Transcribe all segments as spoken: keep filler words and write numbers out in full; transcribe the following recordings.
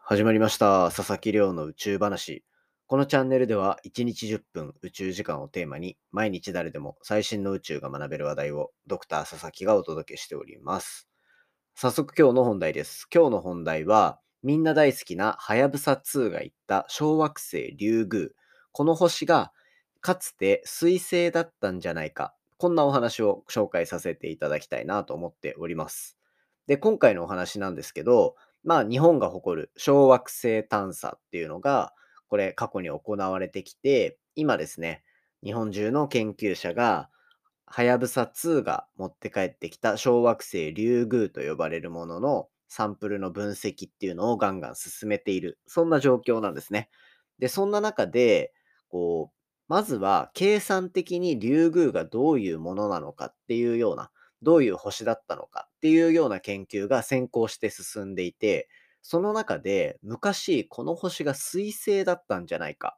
始まりました。佐々木亮の宇宙話。このチャンネルではいちにちじゅっぷん宇宙時間をテーマに毎日誰でも最新の宇宙が学べる話題をドクター佐々木がお届けしております。早速今日の本題です。今日の本題はみんな大好きなはやぶさにが言った小惑星リュウグウ。この星がかつて彗星だったんじゃないか。こんなお話を紹介させていただきたいなと思っております。で、今回のお話なんですけど、まあ、日本が誇る小惑星探査っていうのが、これ過去に行われてきて、今ですね、日本中の研究者が、はやぶさにが持って帰ってきた小惑星リュウグウと呼ばれるもののサンプルの分析っていうのをガンガン進めている、そんな状況なんですね。で、そんな中で、こう、まずは計算的にリュウグウがどういうものなのかっていうような、どういう星だったのかっていうような研究が先行して進んでいて、その中で昔この星が彗星だったんじゃないか。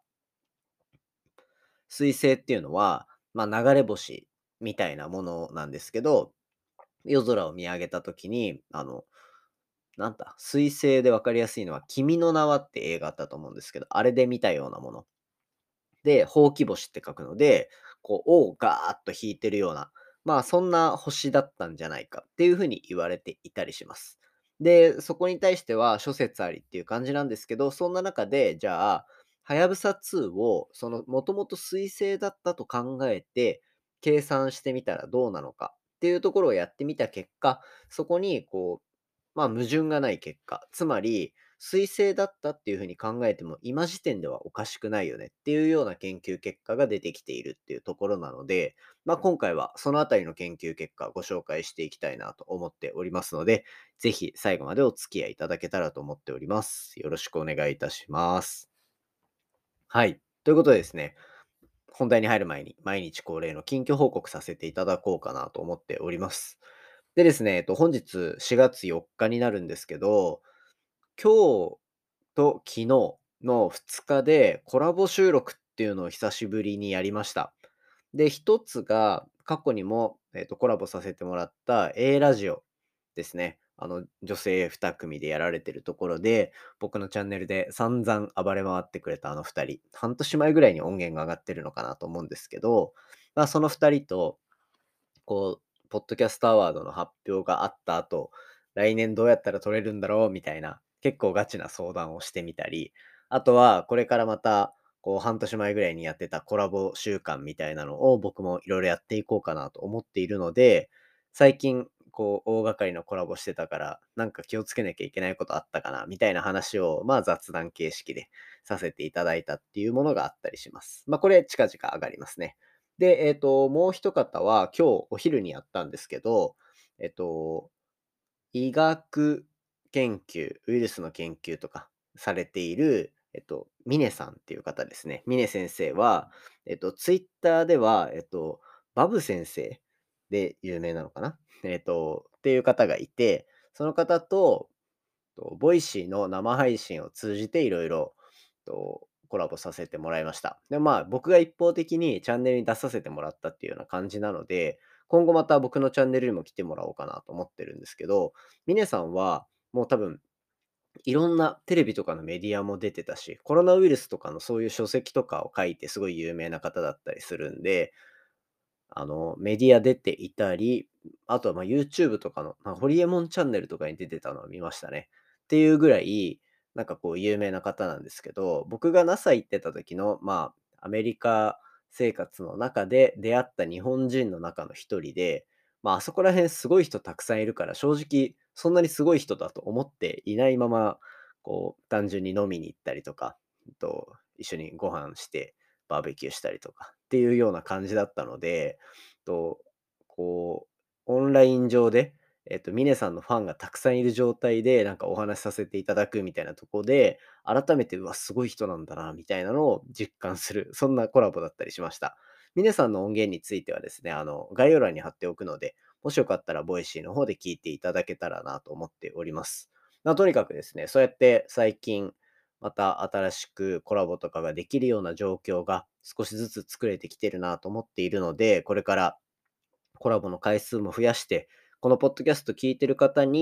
彗星っていうのは、まあ、流れ星みたいなものなんですけど、夜空を見上げた時に、あの、なんだ、彗星で分かりやすいのは、君の名はって映画あったと思うんですけど、あれで見たようなもの。で、ほうき星って書くので、こう、尾をガーッと引いてるような、まあ、そんな星だったんじゃないかっていう風に言われていたりします。で、そこに対しては諸説ありっていう感じなんですけど、そんな中で、じゃあ、はやぶさにを、その、もともと彗星だったと考えて、計算してみたらどうなのかっていうところをやってみた結果、そこに、こう、まあ、矛盾がない結果、つまり、彗星だったっていう風に考えても、今時点ではおかしくないよねっていうような研究結果が出てきているっていうところなので、まあ、今回はそのあたりの研究結果をご紹介していきたいなと思っておりますので、ぜひ最後までお付き合いいただけたらと思っております。よろしくお願いいたします。はい。ということでですね、本題に入る前に毎日恒例の近況報告させていただこうかなと思っております。でですね、えっと、本日しがつよっかになるんですけど、今日と昨日のふつかでコラボ収録っていうのを久しぶりにやりました。で、一つが過去にも、えっと、コラボさせてもらった A ラジオですね。あの、女性に組でやられてるところで、僕のチャンネルで散々暴れ回ってくれたあのふたり、半年前ぐらいに音源が上がってるのかなと思うんですけど、まあ、そのふたりとこう、ポッドキャストアワードの発表があった後、来年どうやったら取れるんだろうみたいな、結構ガチな相談をしてみたり、あとはこれからまた、こう半年前ぐらいにやってたコラボ週間みたいなのを僕もいろいろやっていこうかなと思っているので、最近こう大掛かりのコラボしてたから、なんか気をつけなきゃいけないことあったかなみたいな話を、まあ雑談形式でさせていただいたっていうものがあったりします。まあこれ近々上がりますね。で、えっと、もう一方は今日お昼にやったんですけど、えっと、医学研究、ウイルスの研究とかされている、えっと、ミネさんっていう方ですね。ミネ先生は、えっと、ツイッターでは、えっと、バブ先生で有名なのかなえっと、っていう方がいて、その方と、と、ボイシーの生配信を通じていろいろとコラボさせてもらいました。で、まあ、僕が一方的にチャンネルに出させてもらったっていうような感じなので、今後また僕のチャンネルにも来てもらおうかなと思ってるんですけど、ミネさんはもう多分いろんなテレビとかのメディアも出てたし、コロナウイルスとかのそういう書籍とかを書いてすごい有名な方だったりするんで、あの、メディア出ていたり、あとは、ま、YouTube とかの、ま、ホリエモンチャンネルとかに出てたのを見ましたね。っていうぐらい、なんかこう有名な方なんですけど、僕が ナサ 行ってた時の、まあ、アメリカ生活の中で出会った日本人の中の一人で、まあ、あそこら辺すごい人たくさんいるから、正直そんなにすごい人だと思っていないまま、こう、単純に飲みに行ったりとか、うんと、一緒にご飯してバーベキューしたりとかっていうような感じだったので、と、こう、オンライン上で、えっと、ミネさんのファンがたくさんいる状態で、なんかお話しさせていただくみたいなとこで、改めて、うわ、すごい人なんだな、みたいなのを実感する、そんなコラボだったりしました。ミネさんの音源についてはですね、あの、概要欄に貼っておくので、もしよかったらボイシーの方で聞いていただけたらなと思っております。まあ、とにかくですね、そうやって最近、また新しくコラボとかができるような状況が少しずつ作れてきてるなと思っているので、これからコラボの回数も増やして、このポッドキャスト聞いてる方に、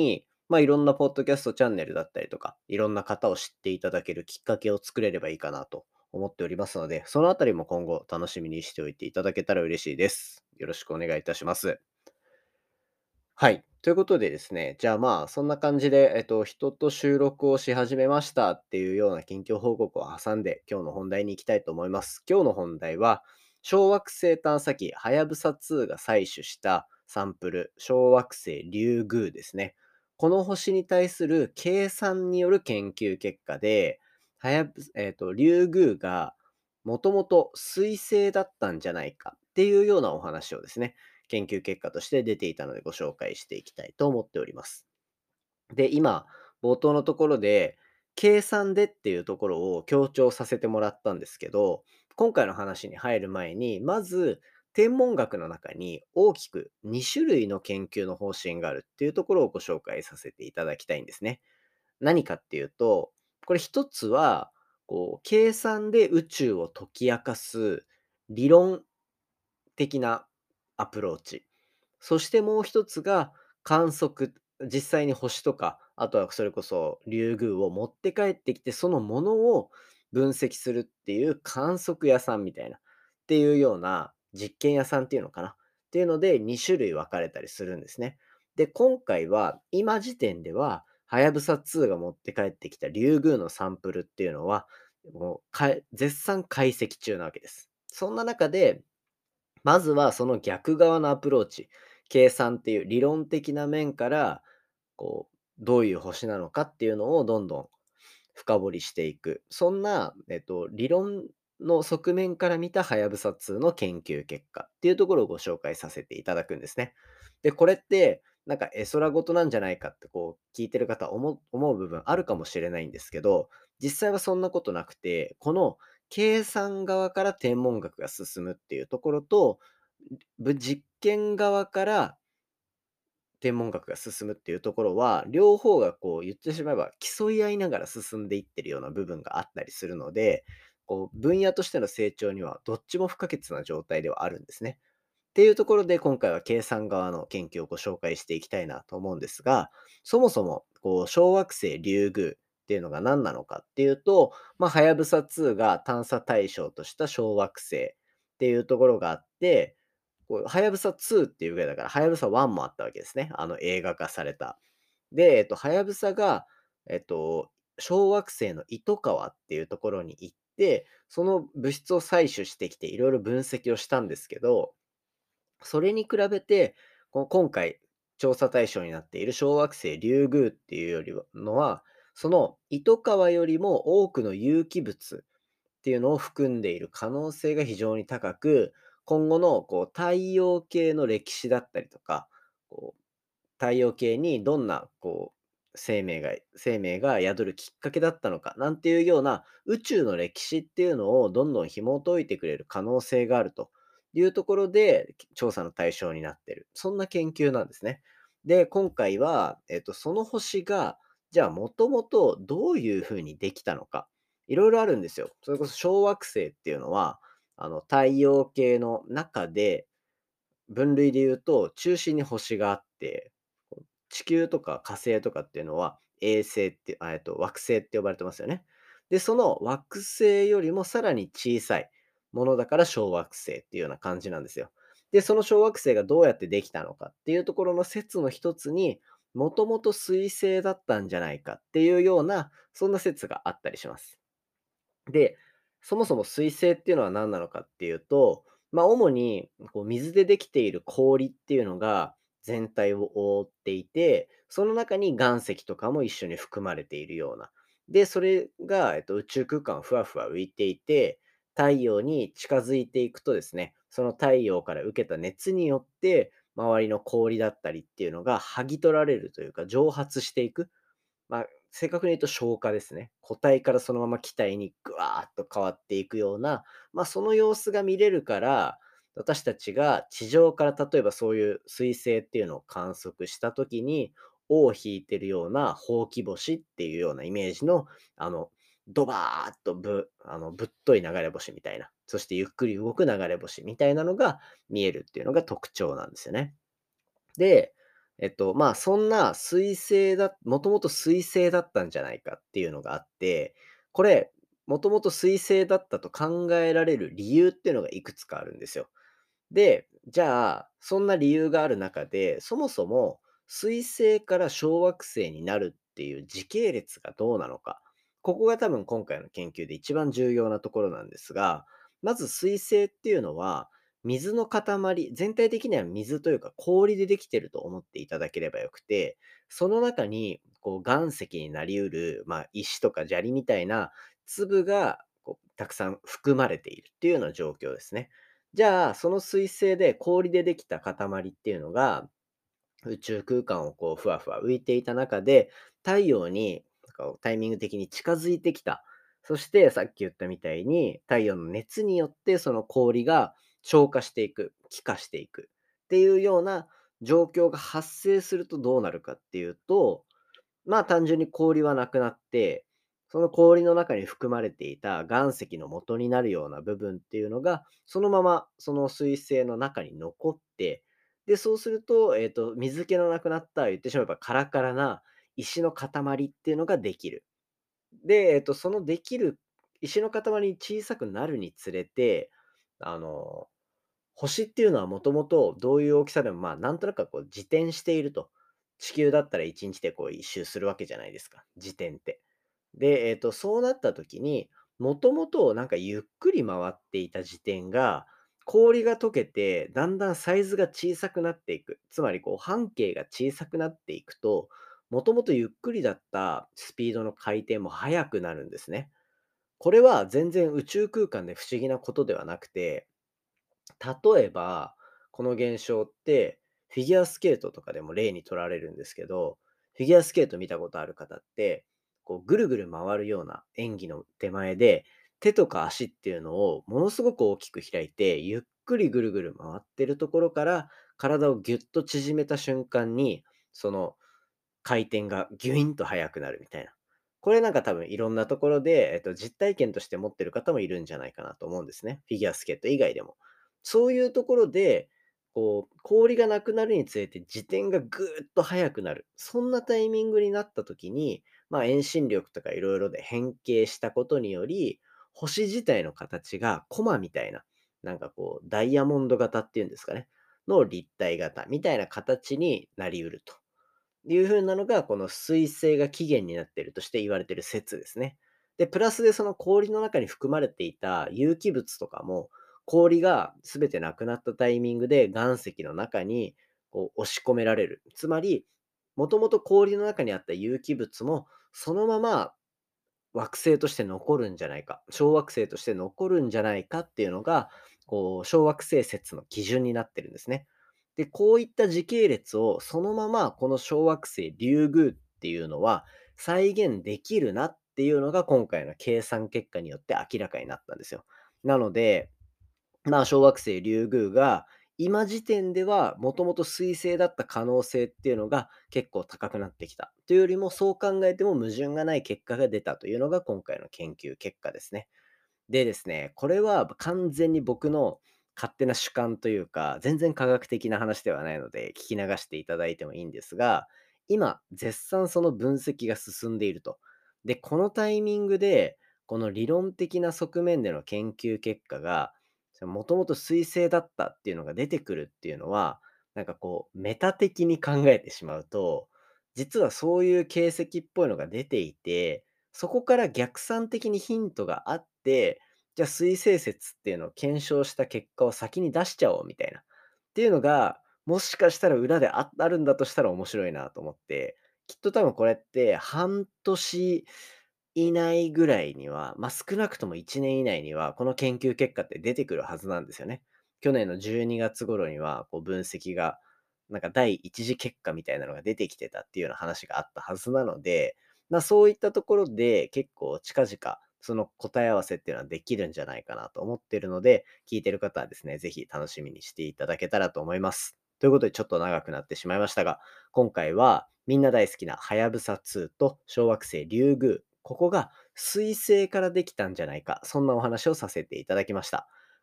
まあ、いろんなポッドキャストチャンネルだったりとか、いろんな方を知っていただけるきっかけを作れればいいかなと思っておりますので、そのあたりも今後楽しみにしておいていただけたら嬉しいです。よろしくお願いいたします。はい。ということでですね、じゃあまあ、そんな感じで、えっと、人と収録をし始めましたっていうような近況報告を挟んで、今日の本題に行きたいと思います。今日の本題は、小惑星探査機はやぶさツーが採取したサンプル、小惑星リュウグウですね。この星に対する計算による研究結果で、はやぶ、えっと、リュウグウがもともと彗星だったんじゃないかっていうようなお話をですね、研究結果として出ていたのでご紹介していきたいと思っております。で、今、冒頭のところで、計算でっていうところを強調させてもらったんですけど、今回の話に入る前に、まず、天文学の中に大きくに種類の研究の方針があるっていうところをご紹介させていただきたいんですね。何かっていうと、これ一つは、こう、計算で宇宙を解き明かす理論的なアプローチ。そしてもう一つが観測。実際に星とか、あとはそれこそリュウグウを持って帰ってきて、そのものを分析するっていう観測屋さんみたいな、っていうような実験屋さんっていうのかな。っていうのでに種類分かれたりするんですね。で、今回は今時点では、はやぶさツーが持って帰ってきたリュウグウのサンプルっていうのは、もうかい絶賛解析中なわけです。そんな中で、まずはその逆側のアプローチ、計算っていう理論的な面から、こう、どういう星なのかっていうのをどんどん深掘りしていく。そんな、えっと、理論の側面から見たはやぶさツーの研究結果っていうところをご紹介させていただくんですね。で、これって、なんか絵空事なんじゃないかってこう聞いてる方思う思う部分あるかもしれないんですけど、実際はそんなことなくて、この計算側から天文学が進むっていうところと、ぶ実験側から天文学が進むっていうところは、両方がこう言ってしまえば競い合いながら進んでいってるような部分があったりするので、こう分野としての成長にはどっちも不可欠な状態ではあるんですね。っていうところで今回は計算側の研究をご紹介していきたいなと思うんですが、そもそもこう小惑星リュウグウっていうのが何なのかっていうと、まあ、はやぶさツーが探査対象とした小惑星っていうところがあって、こう、はやぶさツーっていうぐらいだから、はやぶさワンもあったわけですね。あの映画化された。で、えっと、はやぶさが、えっと、小惑星の糸川っていうところに行って、その物質を採取してきて、いろいろ分析をしたんですけど、それに比べて、この今回調査対象になっている小惑星リュウグウっていうよりはのは、その糸川よりも多くの有機物っていうのを含んでいる可能性が非常に高く、今後のこう太陽系の歴史だったりとか、こう太陽系にどんなこう生命が生命が宿るきっかけだったのか、なんていうような宇宙の歴史っていうのをどんどん紐解いてくれる可能性があるというところで、調査の対象になっている。そんな研究なんですね。で、今回は、えっと、その星が、じゃあもともとどういうふうにできたのか。いろいろあるんですよ。それこそ小惑星っていうのは、あの太陽系の中で分類で言うと、中心に星があって、こう地球とか火星とかっていうのは、衛星って、あ、えっと、惑星って呼ばれてますよね。で、その惑星よりもさらに小さいものだから小惑星っていうような感じなんですよ。で、その小惑星がどうやってできたのかっていうところの説の一つに、もともと彗星だったんじゃないかっていうような、そんな説があったりします。で、そもそも水星っていうのは何なのかっていうと、まあ、主にこう水でできている氷っていうのが全体を覆っていて、その中に岩石とかも一緒に含まれているような。で、それが、えっと、宇宙空間をふわふわ浮いていて、太陽に近づいていくとですね、その太陽から受けた熱によって、周りの氷だったりっていうのが剥ぎ取られるというか、蒸発していく。まあ、正確に言うと消化ですね。固体からそのまま気体にぐわーっと変わっていくような、まあ、その様子が見れるから、私たちが地上から例えばそういう彗星っていうのを観測した時に、尾を引いてるようなほうき星っていうようなイメージの、あの、ドバーっとぶあの、ぶっとい流れ星みたいな、そしてゆっくり動く流れ星みたいなのが見えるっていうのが特徴なんですよね。で、 えっと、まあ、そんな彗星だもともと彗星だったんじゃないかっていうのがあって、これ、もともと彗星だったと考えられる理由っていうのがいくつかあるんですよ。で、じゃあ、そんな理由がある中で、そもそも彗星から小惑星になるっていう時系列がどうなのか。ここが多分今回の研究で一番重要なところなんですが、まず彗星っていうのは、水の塊、全体的には水というか氷でできてると思っていただければよくて、その中にこう岩石になりうる、まあ、石とか砂利みたいな粒がこうたくさん含まれているっていうような状況ですね。じゃあ、その彗星で氷でできた塊っていうのが、宇宙空間をこうふわふわ浮いていた中で、太陽になんかタイミング的に近づいてきた。そしてさっき言ったみたいに、太陽の熱によってその氷が消化していく、気化していくっていうような状況が発生するとどうなるかっていうと、まあ、単純に氷はなくなって、その氷の中に含まれていた岩石の元になるような部分っていうのが、そのままその水星の中に残って、で、そうすると、えっと、水気のなくなった、言ってしまえばカラカラな石の塊っていうのができる。で、えっと、そのできる石の塊に小さくなるにつれて、あの、星っていうのはもともとどういう大きさでも、まあ、なんとなくこう自転していると。地球だったらいちにちでこう一周するわけじゃないですか、自転って。で、えっと、そうなった時に、もともとなんかゆっくり回っていた自転が、氷が溶けて、だんだんサイズが小さくなっていく。つまりこう半径が小さくなっていくと、もともとゆっくりだったスピードの回転も速くなるんですね。これは全然宇宙空間で不思議なことではなくて、例えば、この現象って、フィギュアスケートとかでも例に取られるんですけど、フィギュアスケート見たことある方って、こうぐるぐる回るような演技の手前で、手とか足っていうのをものすごく大きく開いて、ゆっくりぐるぐる回ってるところから、体をギュッと縮めた瞬間に、その回転がギュインと速くなるみたいな。これなんか多分いろんなところで、えっと、実体験として持ってる方もいるんじゃないかなと思うんですね。フィギュアスケート以外でも。そういうところで、こう、氷がなくなるにつれて自転がぐーっと速くなる。そんなタイミングになった時に、まあ遠心力とかいろいろで変形したことにより、星自体の形がコマみたいな、なんかこう、ダイヤモンド型っていうんですかね、の立体型みたいな形になり得ると。いう風なのが、この彗星が起源になっているとして言われている説ですね。で、プラスでその氷の中に含まれていた有機物とかも、氷が全てなくなったタイミングで岩石の中にこう押し込められる。つまり、もともと氷の中にあった有機物も、そのまま惑星として残るんじゃないか、小惑星として残るんじゃないかっていうのが、こう、小惑星説の基準になってるんですね。で、こういった時系列をそのままこの小惑星リュウグウっていうのは再現できるなっていうのが今回の計算結果によって明らかになったんですよ。なので、まあ、小惑星リュウグウが、今時点ではもともと彗星だった可能性っていうのが結構高くなってきた。というよりも、そう考えても矛盾がない結果が出たというのが今回の研究結果ですね。でですね、これは完全に僕の勝手な主観というか、全然科学的な話ではないので、聞き流していただいてもいいんですが、今、絶賛その分析が進んでいると。で、このタイミングで、この理論的な側面での研究結果が、もともと彗星だったっていうのが出てくるっていうのは、なんかこう、メタ的に考えてしまうと、実はそういう形跡っぽいのが出ていて、そこから逆算的にヒントがあって、じゃあ水生説っていうのを検証した結果を先に出しちゃおうみたいな。っていうのが、もしかしたら裏でああるんだとしたら面白いなと思って、きっと多分これって半年以内ぐらいには、ま、少なくともいちねん以内には、この研究結果って出てくるはずなんですよね。去年のじゅうにがつ頃には、こう分析が、なんか第一次結果みたいなのが出てきてたっていうような話があったはずなので、ま、そういったところで結構近々、その答え合わせっていうのはできるんじゃないかなと思ってるので、聞いてる方はですね、ぜひ楽しみにしていただけたらと思います。ということでちょっと長くなってしまいましたが、今回はみんな大好きなはやぶさツーと小惑星リュウグウ、ここが彗星からできたんじゃないか、そんなお話をさせていただきました。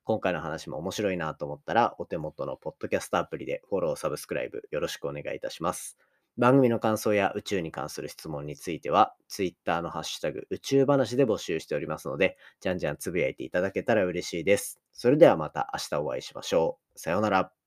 今回の話も面白いなと思ったら、お手元のポッドキャストアプリでフォロー、サブスクライブよろしくお願いいたします。番組の感想や宇宙に関する質問については、Twitter のハッシュタグ宇宙話で募集しておりますので、じゃんじゃんつぶやいていただけたら嬉しいです。それではまた明日お会いしましょう。さようなら。